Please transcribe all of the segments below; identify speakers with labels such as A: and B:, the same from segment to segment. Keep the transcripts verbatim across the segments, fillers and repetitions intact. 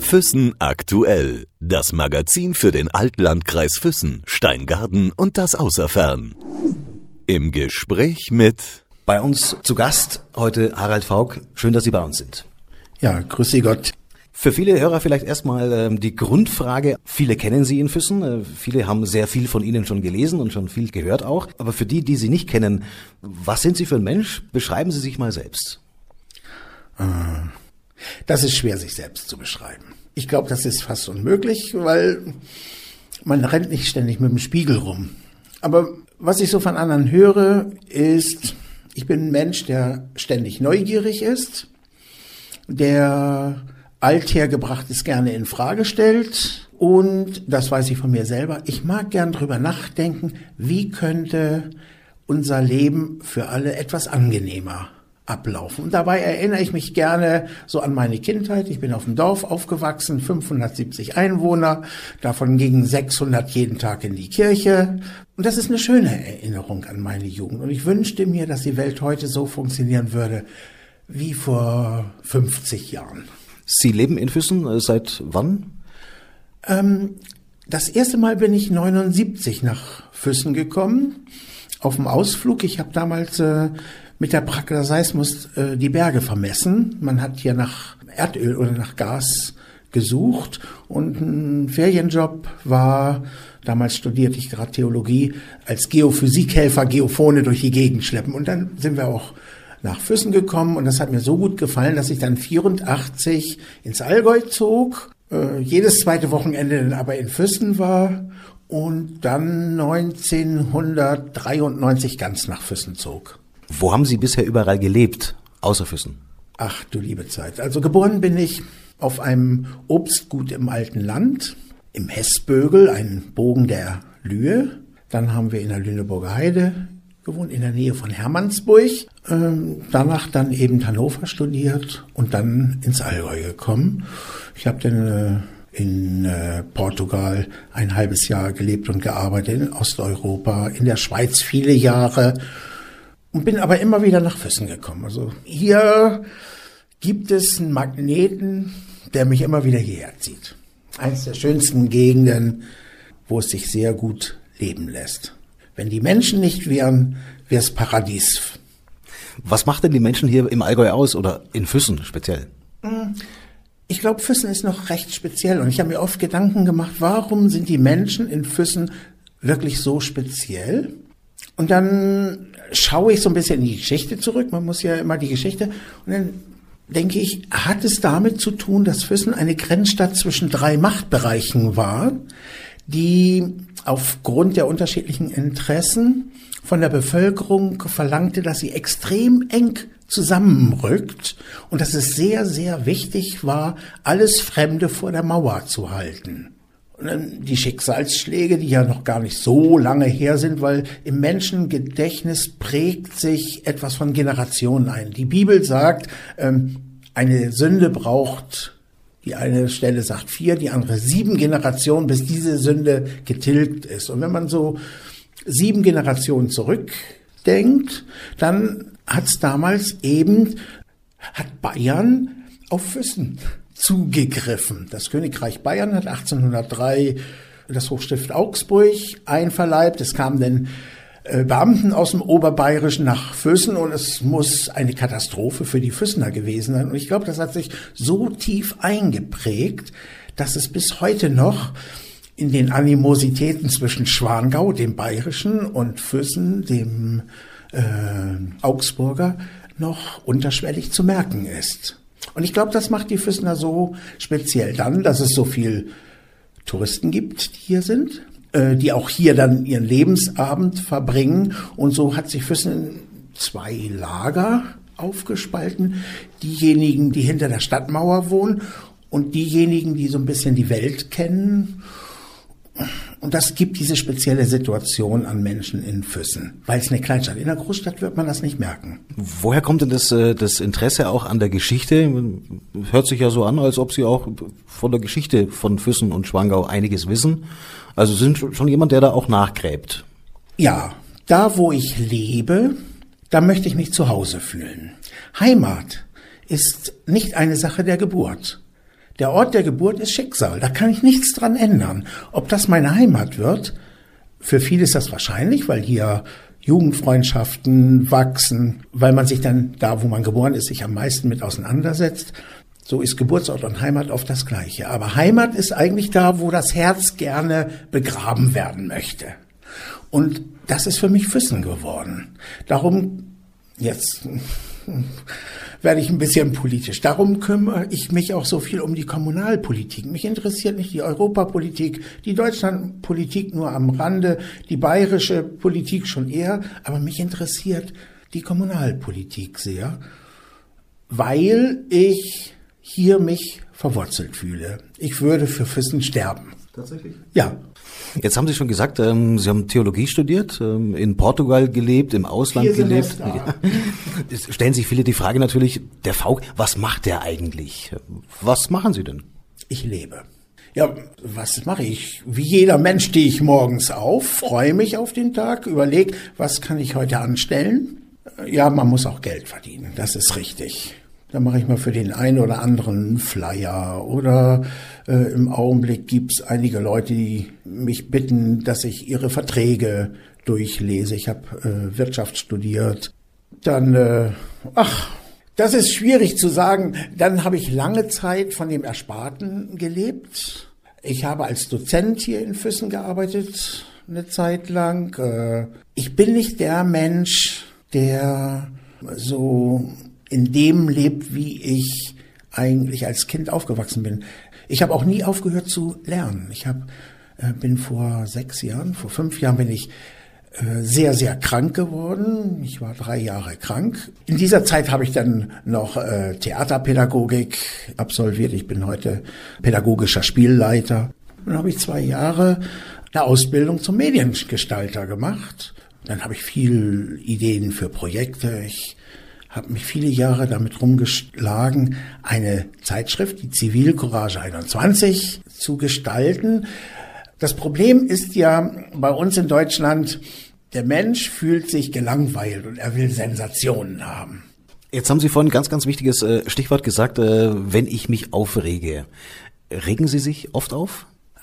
A: Füssen aktuell. Das Magazin für den Altlandkreis Füssen, Steingarten und das Außerfern. Im Gespräch mit...
B: Bei uns zu Gast heute Harald Fauck. Schön, dass Sie bei uns sind.
C: Ja, grüß Sie Gott.
B: Für viele Hörer vielleicht erstmal ähm, die Grundfrage. Viele kennen Sie in Füssen, äh, viele haben sehr viel von Ihnen schon gelesen und schon viel gehört auch. Aber für die, die Sie nicht kennen, was sind Sie für ein Mensch? Beschreiben Sie sich mal selbst.
C: Das ist schwer, sich selbst zu beschreiben. Ich glaube, das ist fast unmöglich, weil man rennt nicht ständig mit dem Spiegel rum. Aber was ich so von anderen höre, ist, ich bin ein Mensch, der ständig neugierig ist, der Althergebrachtes gerne in Frage stellt. Und das weiß ich von mir selber. Ich mag gern drüber nachdenken, wie könnte unser Leben für alle etwas angenehmer ablaufen. Und dabei erinnere ich mich gerne so an meine Kindheit. Ich bin auf dem Dorf aufgewachsen, fünfhundertsiebzig Einwohner. Davon gingen sechshundert jeden Tag in die Kirche. Und das ist eine schöne Erinnerung an meine Jugend. Und ich wünschte mir, dass die Welt heute so funktionieren würde wie vor fünfzig Jahren.
B: Sie leben in Füssen äh, seit wann?
C: Ähm, das erste Mal bin ich neunundsiebzig nach Füssen gekommen, auf dem Ausflug. Ich habe damals äh, mit der Praxis Seismus äh, die Berge vermessen. Man hat hier nach Erdöl oder nach Gas gesucht und ein Ferienjob war, damals studierte ich gerade Theologie, als Geophysikhelfer Geophone durch die Gegend schleppen. Und dann sind wir auch nach Füssen gekommen und das hat mir so gut gefallen, dass ich dann vierundachtzig ins Allgäu zog, äh, jedes zweite Wochenende dann aber in Füssen war und dann neunzehnhundertdreiundneunzig ganz nach Füssen zog.
B: Wo haben Sie bisher überall gelebt, außer Füssen?
C: Ach du liebe Zeit. Also geboren bin ich auf einem Obstgut im alten Land, im Hessbögel, ein Bogen der Lühe. Dann haben wir in der Lüneburger Heide gewohnt, in der Nähe von Hermannsburg. Ähm, danach dann eben Hannover studiert und dann ins Allgäu gekommen. Ich habe dann äh, in äh, Portugal ein halbes Jahr gelebt und gearbeitet, in Osteuropa, in der Schweiz viele Jahre und bin aber immer wieder nach Füssen gekommen. Also hier gibt es einen Magneten, der mich immer wieder hierher zieht. Eines der schönsten Gegenden, wo es sich sehr gut leben lässt. Wenn die Menschen nicht wären, wäre es Paradies.
B: Was macht denn die Menschen hier im Allgäu aus oder in Füssen speziell?
C: Ich glaube, Füssen ist noch recht speziell und ich habe mir oft Gedanken gemacht, warum sind die Menschen in Füssen wirklich so speziell? Und dann schaue ich so ein bisschen in die Geschichte zurück, man muss ja immer die Geschichte, und dann denke ich, hat es damit zu tun, dass Füssen eine Grenzstadt zwischen drei Machtbereichen war, die aufgrund der unterschiedlichen Interessen von der Bevölkerung verlangte, dass sie extrem eng zusammenrückt und dass es sehr, sehr wichtig war, alles Fremde vor der Mauer zu halten. Und dann die Schicksalsschläge, die ja noch gar nicht so lange her sind, weil im Menschengedächtnis prägt sich etwas von Generationen ein. Die Bibel sagt, ähm, eine Sünde braucht, die eine Stelle sagt vier, die andere sieben Generationen, bis diese Sünde getilgt ist. Und wenn man so sieben Generationen zurückdenkt, dann hat es damals eben, hat Bayern auf Füssen zugegriffen. Das Königreich Bayern hat achtzehnhundertdrei das Hochstift Augsburg einverleibt. Es kamen dann äh, Beamten aus dem Oberbayerischen nach Füssen und es muss eine Katastrophe für die Füssener gewesen sein. Und ich glaube, das hat sich so tief eingeprägt, dass es bis heute noch in den Animositäten zwischen Schwangau, dem Bayerischen, und Füssen, dem äh, Augsburger, noch unterschwellig zu merken ist. Und ich glaube, das macht die Füssener so speziell dann, dass es so viel Touristen gibt, die hier sind, äh, die auch hier dann ihren Lebensabend verbringen. Und so hat sich Füssen in zwei Lager aufgespalten. Diejenigen, die hinter der Stadtmauer wohnen und diejenigen, die so ein bisschen die Welt kennen. Und das gibt diese spezielle Situation an Menschen in Füssen, weil es eine Kleinstadt ist. In einer Großstadt wird man das nicht merken.
B: Woher kommt denn das, das Interesse auch an der Geschichte? Hört sich ja so an, als ob Sie auch von der Geschichte von Füssen und Schwangau einiges wissen. Also sind schon jemand, der da auch nachgräbt.
C: Ja, da wo ich lebe, da möchte ich mich zu Hause fühlen. Heimat ist nicht eine Sache der Geburt. Der Ort der Geburt ist Schicksal, da kann ich nichts dran ändern. Ob das meine Heimat wird, für viele ist das wahrscheinlich, weil hier Jugendfreundschaften wachsen, weil man sich dann da, wo man geboren ist, sich am meisten mit auseinandersetzt. So ist Geburtsort und Heimat oft das Gleiche. Aber Heimat ist eigentlich da, wo das Herz gerne begraben werden möchte. Und das ist für mich Füssen geworden. Darum, jetzt werde ich ein bisschen politisch. Darum kümmere ich mich auch so viel um die Kommunalpolitik. Mich interessiert nicht die Europapolitik, die Deutschlandpolitik nur am Rande, die bayerische Politik schon eher, aber mich interessiert die Kommunalpolitik sehr, weil ich hier mich verwurzelt fühle. Ich würde für Füssen sterben.
B: Tatsächlich?
C: Ja.
B: Jetzt haben Sie schon gesagt, ähm, Sie haben Theologie studiert, ähm, in Portugal gelebt, im Ausland
C: Vier
B: gelebt.
C: Semester.
B: Es stellen sich viele die Frage natürlich, der V G, was macht der eigentlich? Was machen Sie denn?
C: Ich lebe. Ja, was mache ich? Wie jeder Mensch stehe ich morgens auf, freue mich auf den Tag, überlege, was kann ich heute anstellen? Ja, man muss auch Geld verdienen, das ist richtig. Da mache ich mal für den einen oder anderen einen Flyer oder äh, im Augenblick gibt's einige Leute, die mich bitten, dass ich ihre Verträge durchlese. Ich habe äh, Wirtschaft studiert. Dann, äh, ach, das ist schwierig zu sagen. Dann habe ich lange Zeit von dem Ersparten gelebt. Ich habe als Dozent hier in Füssen gearbeitet, eine Zeit lang. Äh, ich bin nicht der Mensch, der so in dem lebt, wie ich eigentlich als Kind aufgewachsen bin. Ich habe auch nie aufgehört zu lernen. Ich hab, äh, bin vor sechs Jahren, vor fünf Jahren bin ich äh, sehr, sehr krank geworden. Ich war drei Jahre krank. In dieser Zeit habe ich dann noch äh, Theaterpädagogik absolviert. Ich bin heute pädagogischer Spielleiter. Dann habe ich zwei Jahre eine Ausbildung zum Mediengestalter gemacht. Dann habe ich viel Ideen für Projekte. Ich habe mich viele Jahre damit rumgeschlagen, eine Zeitschrift, die Zivilcourage einundzwanzig, zu gestalten. Das Problem ist ja bei uns in Deutschland, der Mensch fühlt sich gelangweilt und er will Sensationen haben.
B: Jetzt haben Sie vorhin ein ganz, ganz wichtiges äh, Stichwort gesagt, äh, wenn ich mich aufrege. Regen Sie sich oft auf?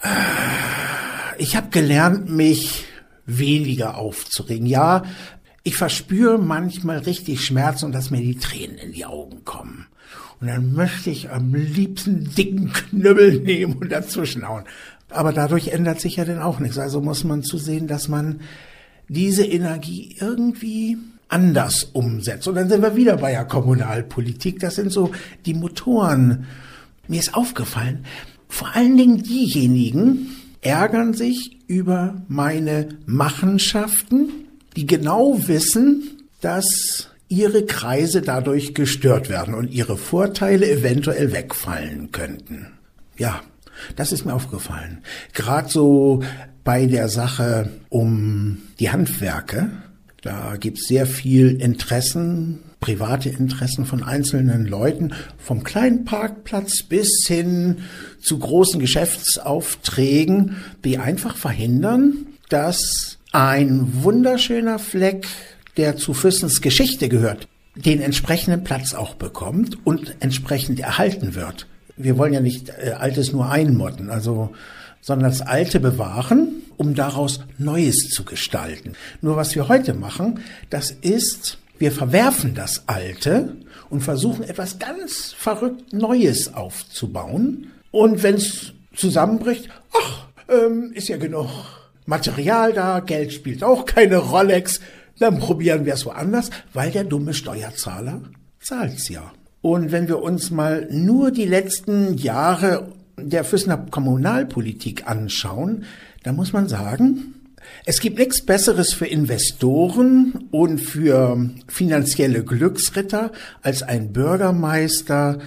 C: Ich habe gelernt, mich weniger aufzuregen. Ja, ich verspüre manchmal richtig Schmerz und dass mir die Tränen in die Augen kommen. Und dann möchte ich am liebsten dicken Knüppel nehmen und dazwischenhauen. Aber dadurch ändert sich ja dann auch nichts. Also muss man zusehen, dass man diese Energie irgendwie anders umsetzt. Und dann sind wir wieder bei der Kommunalpolitik. Das sind so die Motoren. Mir ist aufgefallen, vor allen Dingen diejenigen ärgern sich über meine Machenschaften, die genau wissen, dass ihre Kreise dadurch gestört werden und ihre Vorteile eventuell wegfallen könnten. Ja, das ist mir aufgefallen. Gerade so bei der Sache um die Handwerke, da gibt es sehr viel Interessen, private Interessen von einzelnen Leuten, vom kleinen Parkplatz bis hin zu großen Geschäftsaufträgen, die einfach verhindern, dass ein wunderschöner Fleck, der zu Füssens Geschichte gehört, den entsprechenden Platz auch bekommt und entsprechend erhalten wird. Wir wollen ja nicht äh, Altes nur einmotten, also, sondern das Alte bewahren, um daraus Neues zu gestalten. Nur was wir heute machen, das ist, wir verwerfen das Alte und versuchen etwas ganz verrückt Neues aufzubauen. Und wenn es zusammenbricht, ach, ähm, ist ja genug Material da, Geld spielt auch keine Rolex, dann probieren wir es woanders, weil der dumme Steuerzahler zahlt's ja. Und wenn wir uns mal nur die letzten Jahre der Füssener Kommunalpolitik anschauen, dann muss man sagen, es gibt nichts Besseres für Investoren und für finanzielle Glücksritter als ein Bürgermeister,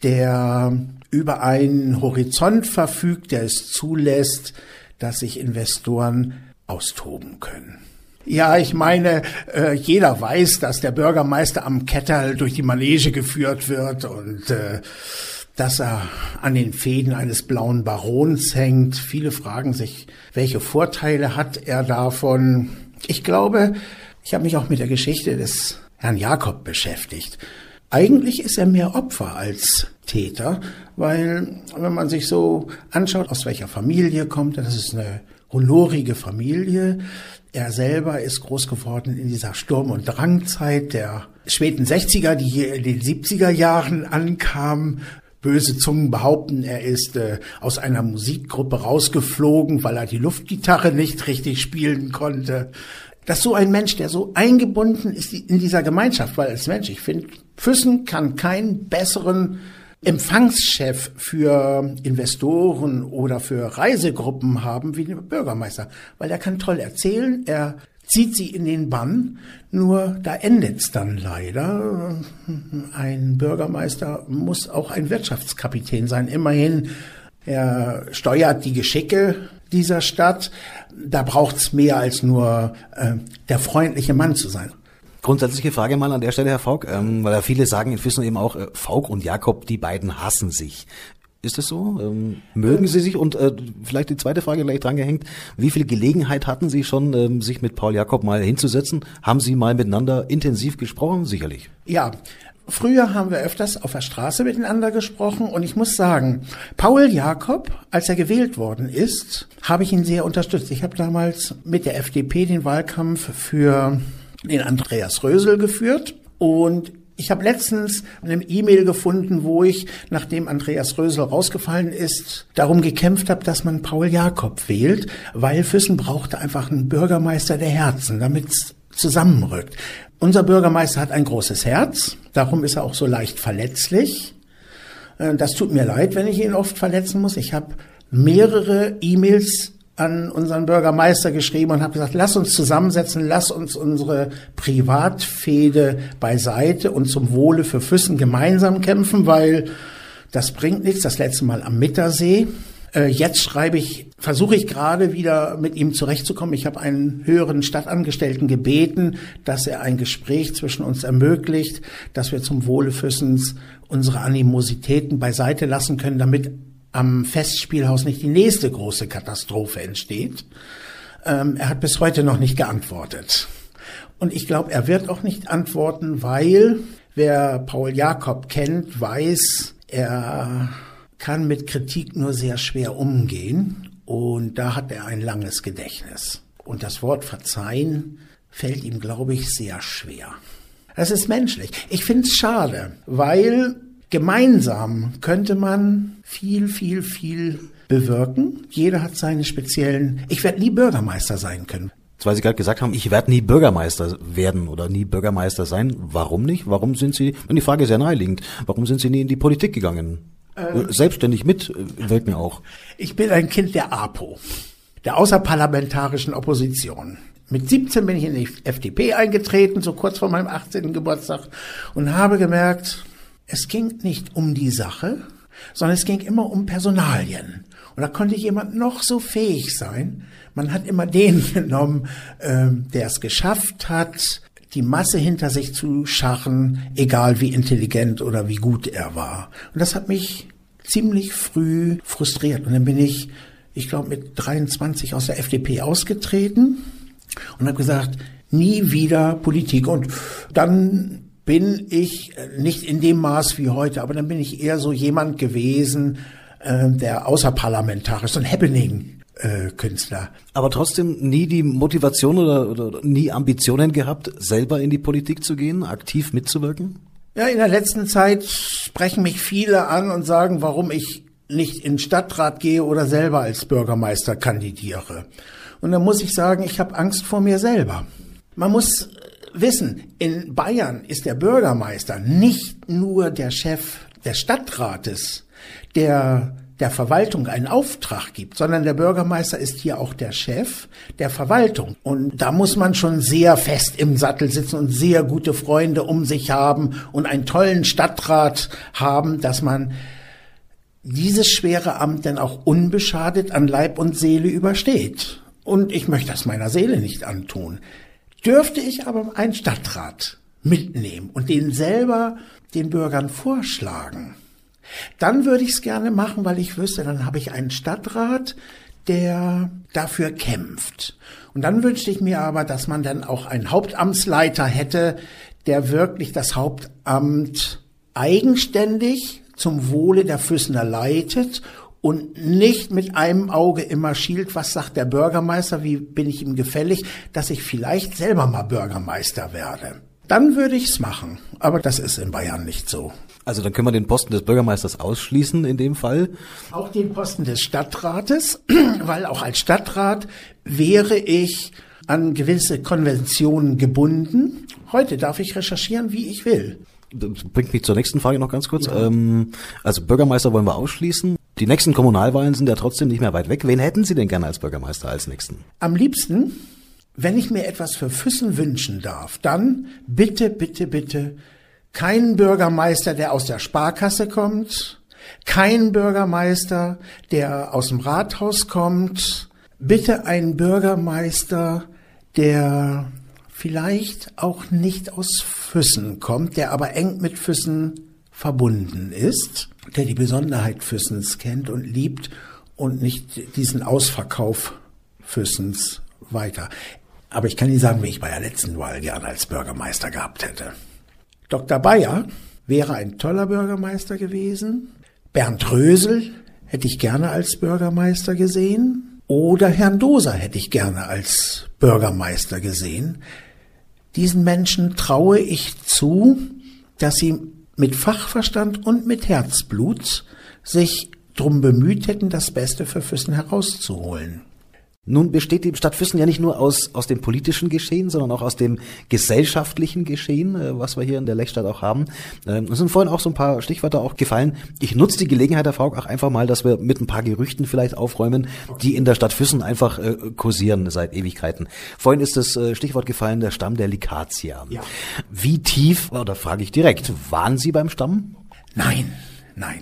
C: der über einen Horizont verfügt, der es zulässt, dass sich Investoren austoben können. Ja, ich meine, äh, jeder weiß, dass der Bürgermeister am Ketterl durch die Manege geführt wird und äh, dass er an den Fäden eines blauen Barons hängt. Viele fragen sich, welche Vorteile hat er davon? Ich glaube, ich habe mich auch mit der Geschichte des Herrn Jakob beschäftigt. Eigentlich ist er mehr Opfer als Täter, weil wenn man sich so anschaut, aus welcher Familie kommt er, das ist eine honorige Familie. Er selber ist groß geworden in dieser Sturm- und Drangzeit der späten sechziger, die hier in den siebziger Jahren ankam. Böse Zungen behaupten, er ist äh, aus einer Musikgruppe rausgeflogen, weil er die Luftgitarre nicht richtig spielen konnte. Dass so ein Mensch, der so eingebunden ist in dieser Gemeinschaft, weil als Mensch, ich finde, Füssen kann keinen besseren Empfangschef für Investoren oder für Reisegruppen haben wie der Bürgermeister, weil er kann toll erzählen, er zieht sie in den Bann, nur da endet's dann leider. Ein Bürgermeister muss auch ein Wirtschaftskapitän sein, immerhin. Er steuert die Geschicke dieser Stadt. Da braucht's mehr als nur äh, der freundliche Mann zu sein.
B: Grundsätzliche Frage mal an der Stelle, Herr Fauck, ähm, weil ja viele sagen in Füssen eben auch, äh, Fauck und Jakob, die beiden hassen sich. Ist das so? Ähm, mögen Sie sich? Und äh, vielleicht die zweite Frage gleich drangehängt. Wie viel Gelegenheit hatten Sie schon, ähm, sich mit Paul Jakob mal hinzusetzen? Haben Sie mal miteinander intensiv gesprochen? Sicherlich.
C: Ja, früher haben wir öfters auf der Straße miteinander gesprochen. Und ich muss sagen, Paul Jakob, als er gewählt worden ist, habe ich ihn sehr unterstützt. Ich habe damals mit der F D P den Wahlkampf für den Andreas Rösel geführt. Und ich habe letztens eine E-Mail gefunden, wo ich, nachdem Andreas Rösel rausgefallen ist, darum gekämpft habe, dass man Paul Jakob wählt, weil Füssen brauchte einfach einen Bürgermeister der Herzen, damit es zusammenrückt. Unser Bürgermeister hat ein großes Herz, darum ist er auch so leicht verletzlich. Das tut mir leid, wenn ich ihn oft verletzen muss. Ich habe mehrere E-Mails an unseren Bürgermeister geschrieben und habe gesagt, lass uns zusammensetzen, lass uns unsere Privatfehde beiseite und zum Wohle für Füssen gemeinsam kämpfen, weil das bringt nichts. Das letzte Mal am Mittersee. Äh, jetzt schreibe ich, versuche ich gerade wieder mit ihm zurechtzukommen. Ich habe einen höheren Stadtangestellten gebeten, dass er ein Gespräch zwischen uns ermöglicht, dass wir zum Wohle Füssens unsere Animositäten beiseite lassen können, damit am Festspielhaus nicht die nächste große Katastrophe entsteht. Ähm, er hat bis heute noch nicht geantwortet. Und ich glaube, er wird auch nicht antworten, weil wer Paul Jakob kennt, weiß, er kann mit Kritik nur sehr schwer umgehen. Und da hat er ein langes Gedächtnis. Und das Wort verzeihen fällt ihm, glaube ich, sehr schwer. Das ist menschlich. Ich finde es schade, weil gemeinsam könnte man viel, viel, viel bewirken. Jeder hat seine speziellen... Ich werde nie Bürgermeister sein können.
B: Weil Sie gerade gesagt haben, ich werde nie Bürgermeister werden oder nie Bürgermeister sein. Warum nicht? Warum sind Sie, und die Frage ist sehr naheliegend, warum sind Sie nie in die Politik gegangen? Ähm, Selbstständig mitwirken auch.
C: Ich bin ein Kind der A P O, der außerparlamentarischen Opposition. Mit siebzehn bin ich in die F D P eingetreten, so kurz vor meinem achtzehnten Geburtstag, und habe gemerkt, es ging nicht um die Sache, sondern es ging immer um Personalien. Und da konnte jemand noch so fähig sein. Man hat immer den genommen, äh, der es geschafft hat, die Masse hinter sich zu scharren, egal wie intelligent oder wie gut er war. Und das hat mich ziemlich früh frustriert. Und dann bin ich, ich glaube, mit dreiundzwanzig aus der F D P ausgetreten und habe gesagt, nie wieder Politik. Und dann bin ich nicht in dem Maß wie heute, aber dann bin ich eher so jemand gewesen, äh, der außerparlamentarisch, so ein Happening-Künstler.
B: Aber trotzdem nie die Motivation oder, oder nie Ambitionen gehabt, selber in die Politik zu gehen, aktiv mitzuwirken?
C: Ja, in der letzten Zeit sprechen mich viele an und sagen, warum ich nicht in den Stadtrat gehe oder selber als Bürgermeister kandidiere. Und dann muss ich sagen, ich habe Angst vor mir selber. Man muss wissen, in Bayern ist der Bürgermeister nicht nur der Chef des Stadtrates, der der Verwaltung einen Auftrag gibt, sondern der Bürgermeister ist hier auch der Chef der Verwaltung. Und da muss man schon sehr fest im Sattel sitzen und sehr gute Freunde um sich haben und einen tollen Stadtrat haben, dass man dieses schwere Amt dann auch unbeschadet an Leib und Seele übersteht. Und ich möchte das meiner Seele nicht antun. Dürfte ich aber einen Stadtrat mitnehmen und den selber den Bürgern vorschlagen, dann würde ich es gerne machen, weil ich wüsste, dann habe ich einen Stadtrat, der dafür kämpft. Und dann wünschte ich mir aber, dass man dann auch einen Hauptamtsleiter hätte, der wirklich das Hauptamt eigenständig zum Wohle der Füssener leitet und nicht mit einem Auge immer schielt, was sagt der Bürgermeister, wie bin ich ihm gefällig, dass ich vielleicht selber mal Bürgermeister werde. Dann würde ich's machen, aber das ist in Bayern nicht so.
B: Also dann können wir den Posten des Bürgermeisters ausschließen in dem Fall?
C: Auch den Posten des Stadtrates, weil auch als Stadtrat wäre ich an gewisse Konventionen gebunden. Heute darf ich recherchieren, wie ich will.
B: Das bringt mich zur nächsten Frage noch ganz kurz. Ja. Ähm, also Bürgermeister wollen wir ausschließen. Die nächsten Kommunalwahlen sind ja trotzdem nicht mehr weit weg. Wen hätten Sie denn gerne als Bürgermeister als nächsten?
C: Am liebsten, wenn ich mir etwas für Füssen wünschen darf, dann bitte, bitte, bitte keinen Bürgermeister, der aus der Sparkasse kommt, kein Bürgermeister, der aus dem Rathaus kommt, bitte einen Bürgermeister, der vielleicht auch nicht aus Füssen kommt, der aber eng mit Füssen verbunden ist, der die Besonderheit Füssens kennt und liebt und nicht diesen Ausverkauf Füssens weiter. Aber ich kann Ihnen sagen, wie ich bei der letzten Wahl gerne als Bürgermeister gehabt hätte. Doktor Bayer wäre ein toller Bürgermeister gewesen. Bernd Rösel hätte ich gerne als Bürgermeister gesehen. Oder Herrn Doser hätte ich gerne als Bürgermeister gesehen. Diesen Menschen traue ich zu, dass sie mit Fachverstand und mit Herzblut sich drum bemüht hätten, das Beste für Füssen herauszuholen.
B: Nun besteht die Stadt Füssen ja nicht nur aus aus dem politischen Geschehen, sondern auch aus dem gesellschaftlichen Geschehen, was wir hier in der Lechstadt auch haben. Es sind vorhin auch so ein paar Stichwörter auch gefallen. Ich nutze die Gelegenheit, Herr Fauck, auch einfach mal, dass wir mit ein paar Gerüchten vielleicht aufräumen, die in der Stadt Füssen einfach äh, kursieren seit Ewigkeiten. Vorhin ist das äh, Stichwort gefallen, der Stamm der Likatia. Ja. Wie tief, oder frage ich direkt, waren Sie beim Stamm?
C: Nein, nein.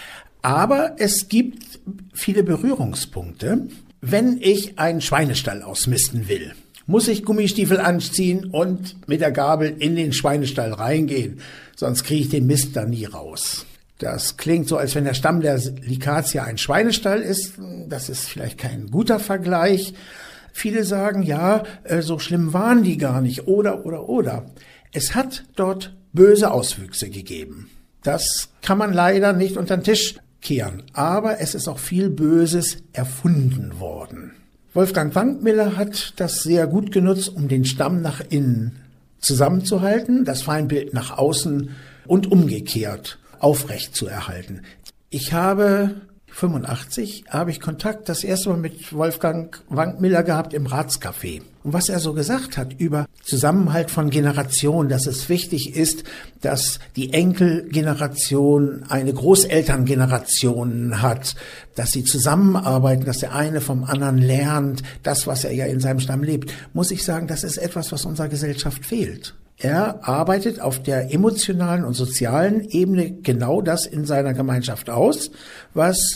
C: Aber es gibt viele Berührungspunkte. Wenn ich einen Schweinestall ausmisten will, muss ich Gummistiefel anziehen und mit der Gabel in den Schweinestall reingehen, sonst kriege ich den Mist da nie raus. Das klingt so, als wenn der Stamm der Likatia ein Schweinestall ist. Das ist vielleicht kein guter Vergleich. Viele sagen, ja, so schlimm waren die gar nicht, oder, oder, oder. Es hat dort böse Auswüchse gegeben. Das kann man leider nicht unter den Tisch kehren. Aber es ist auch viel Böses erfunden worden. Wolfgang Wankmiller hat das sehr gut genutzt, um den Stamm nach innen zusammenzuhalten, das Feindbild nach außen und umgekehrt aufrecht zu erhalten. Ich habe fünfundachtzig habe ich Kontakt das erste Mal mit Wolfgang Wankmiller gehabt im Ratscafé. Und was er so gesagt hat über Zusammenhalt von Generationen, dass es wichtig ist, dass die Enkelgeneration eine Großelterngeneration hat, dass sie zusammenarbeiten, dass der eine vom anderen lernt, das, was er ja in seinem Stamm lebt, muss ich sagen, das ist etwas, was unserer Gesellschaft fehlt. Er arbeitet auf der emotionalen und sozialen Ebene genau das in seiner Gemeinschaft aus, was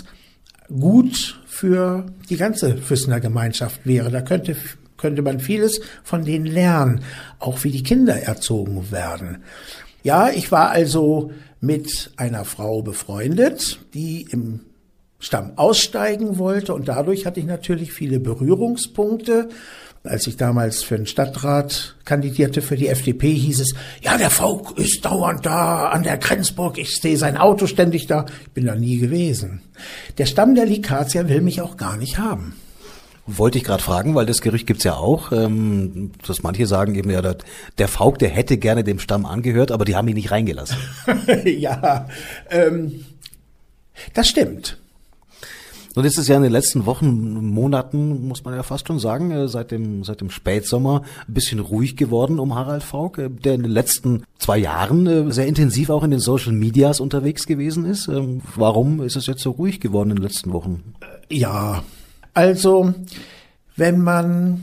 C: gut für die ganze Füssener Gemeinschaft wäre. Da könnte, könnte man vieles von denen lernen, auch wie die Kinder erzogen werden. Ja, ich war also mit einer Frau befreundet, die im Stamm aussteigen wollte, und dadurch hatte ich natürlich viele Berührungspunkte. Als ich damals für den Stadtrat kandidierte für die F D P, hieß es, ja, der Fauck ist dauernd da an der Grenzburg, ich sehe sein Auto ständig da. Ich bin da nie gewesen. Der Stamm der Likatia will mich auch gar nicht haben.
B: Wollte ich gerade fragen, weil das Gerücht gibt's ja auch, ähm, dass manche sagen eben, ja, der, der Fauck, der hätte gerne dem Stamm angehört, aber die haben ihn nicht reingelassen.
C: Ja, ähm, das stimmt.
B: Und jetzt ist ja in den letzten Wochen, Monaten, muss man ja fast schon sagen, seit dem seit dem Spätsommer ein bisschen ruhig geworden um Harald Fauck, der in den letzten zwei Jahren sehr intensiv auch in den Social Medias unterwegs gewesen ist. Warum ist es jetzt so ruhig geworden in den letzten Wochen?
C: Ja, also wenn man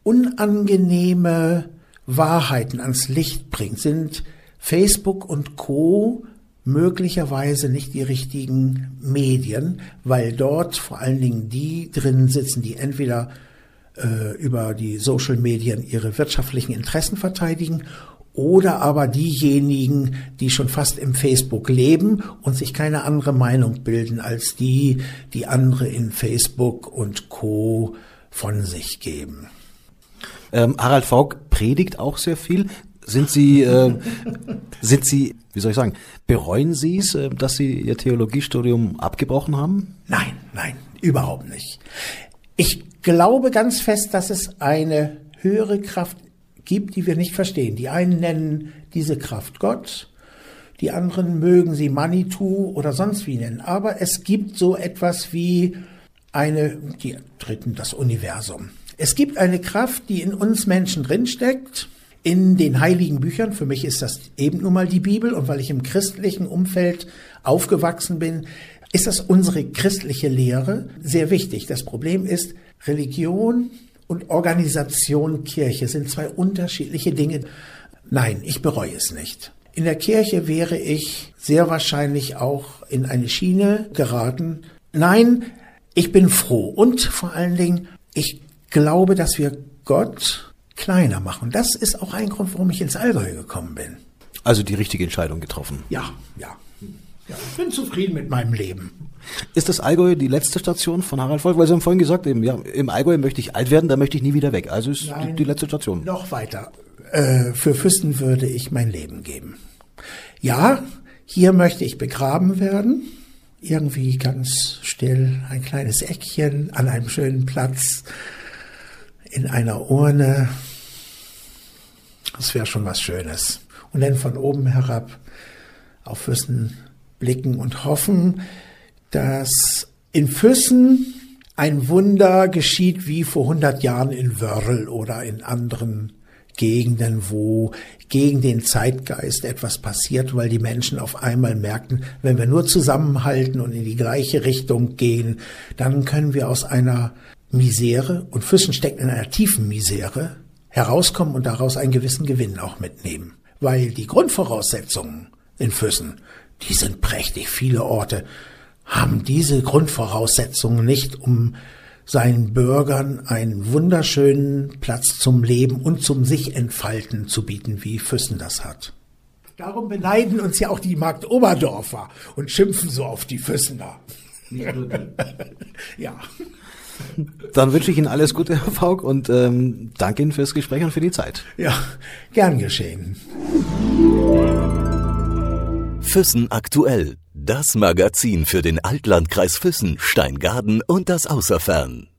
C: unangenehme Wahrheiten ans Licht bringt, sind Facebook und Co. möglicherweise nicht die richtigen Medien, weil dort vor allen Dingen die drin sitzen, die entweder äh, über die Social Medien ihre wirtschaftlichen Interessen verteidigen oder aber diejenigen, die schon fast im Facebook leben und sich keine andere Meinung bilden als die, die andere in Facebook und Co. von sich geben.
B: Ähm, Harald Fauck predigt auch sehr viel. Sind Sie, äh, sind Sie, wie soll ich sagen, bereuen Sie es, äh, dass Sie Ihr Theologiestudium abgebrochen haben?
C: Nein, nein, überhaupt nicht. Ich glaube ganz fest, dass es eine höhere Kraft gibt, die wir nicht verstehen. Die einen nennen diese Kraft Gott, die anderen mögen sie Manitou oder sonst wie nennen. Aber es gibt so etwas wie eine, die dritten, das Universum. Es gibt eine Kraft, die in uns Menschen drinsteckt, in den heiligen Büchern. Für mich ist das eben nun mal die Bibel. Und weil ich im christlichen Umfeld aufgewachsen bin, ist das unsere christliche Lehre sehr wichtig. Das Problem ist, Religion und Organisation Kirche sind zwei unterschiedliche Dinge. Nein, ich bereue es nicht. In der Kirche wäre ich sehr wahrscheinlich auch in eine Schiene geraten. Nein, ich bin froh. Und vor allen Dingen, ich glaube, dass wir Gott kleiner machen. Das ist auch ein Grund, warum ich ins Allgäu gekommen bin.
B: Also die richtige Entscheidung getroffen.
C: Ja, ja. ja ich bin zufrieden mit meinem Leben.
B: Ist das Allgäu die letzte Station von Harald Volk? Weil Sie haben vorhin gesagt, eben, ja, im Allgäu möchte ich alt werden, da möchte ich nie wieder weg. Also ist
C: Nein,
B: die, die letzte Station.
C: Noch weiter. Äh, für Füssen würde ich mein Leben geben. Ja, hier möchte ich begraben werden. Irgendwie ganz still, ein kleines Eckchen an einem schönen Platz, in einer Urne. Das wäre schon was Schönes. Und dann von oben herab auf Füssen blicken und hoffen, dass in Füssen ein Wunder geschieht wie vor hundert Jahren in Wörl oder in anderen Gegenden, wo gegen den Zeitgeist etwas passiert, weil die Menschen auf einmal merkten, wenn wir nur zusammenhalten und in die gleiche Richtung gehen, dann können wir aus einer Misere, und Füssen steckt in einer tiefen Misere, herauskommen und daraus einen gewissen Gewinn auch mitnehmen. Weil die Grundvoraussetzungen in Füssen, die sind prächtig. Viele Orte haben diese Grundvoraussetzungen nicht, um seinen Bürgern einen wunderschönen Platz zum Leben und zum sich entfalten zu bieten, wie Füssen das hat. Darum beneiden uns ja auch die Marktoberdorfer und schimpfen so auf die Füssener. Ja.
B: Dann wünsche ich Ihnen alles Gute, Herr Fauck, und ähm, danke Ihnen fürs Gespräch und für die Zeit.
C: Ja, gern geschehen.
A: Füssen aktuell. Das Magazin für den Altlandkreis Füssen, Steingaden und das Außerfern.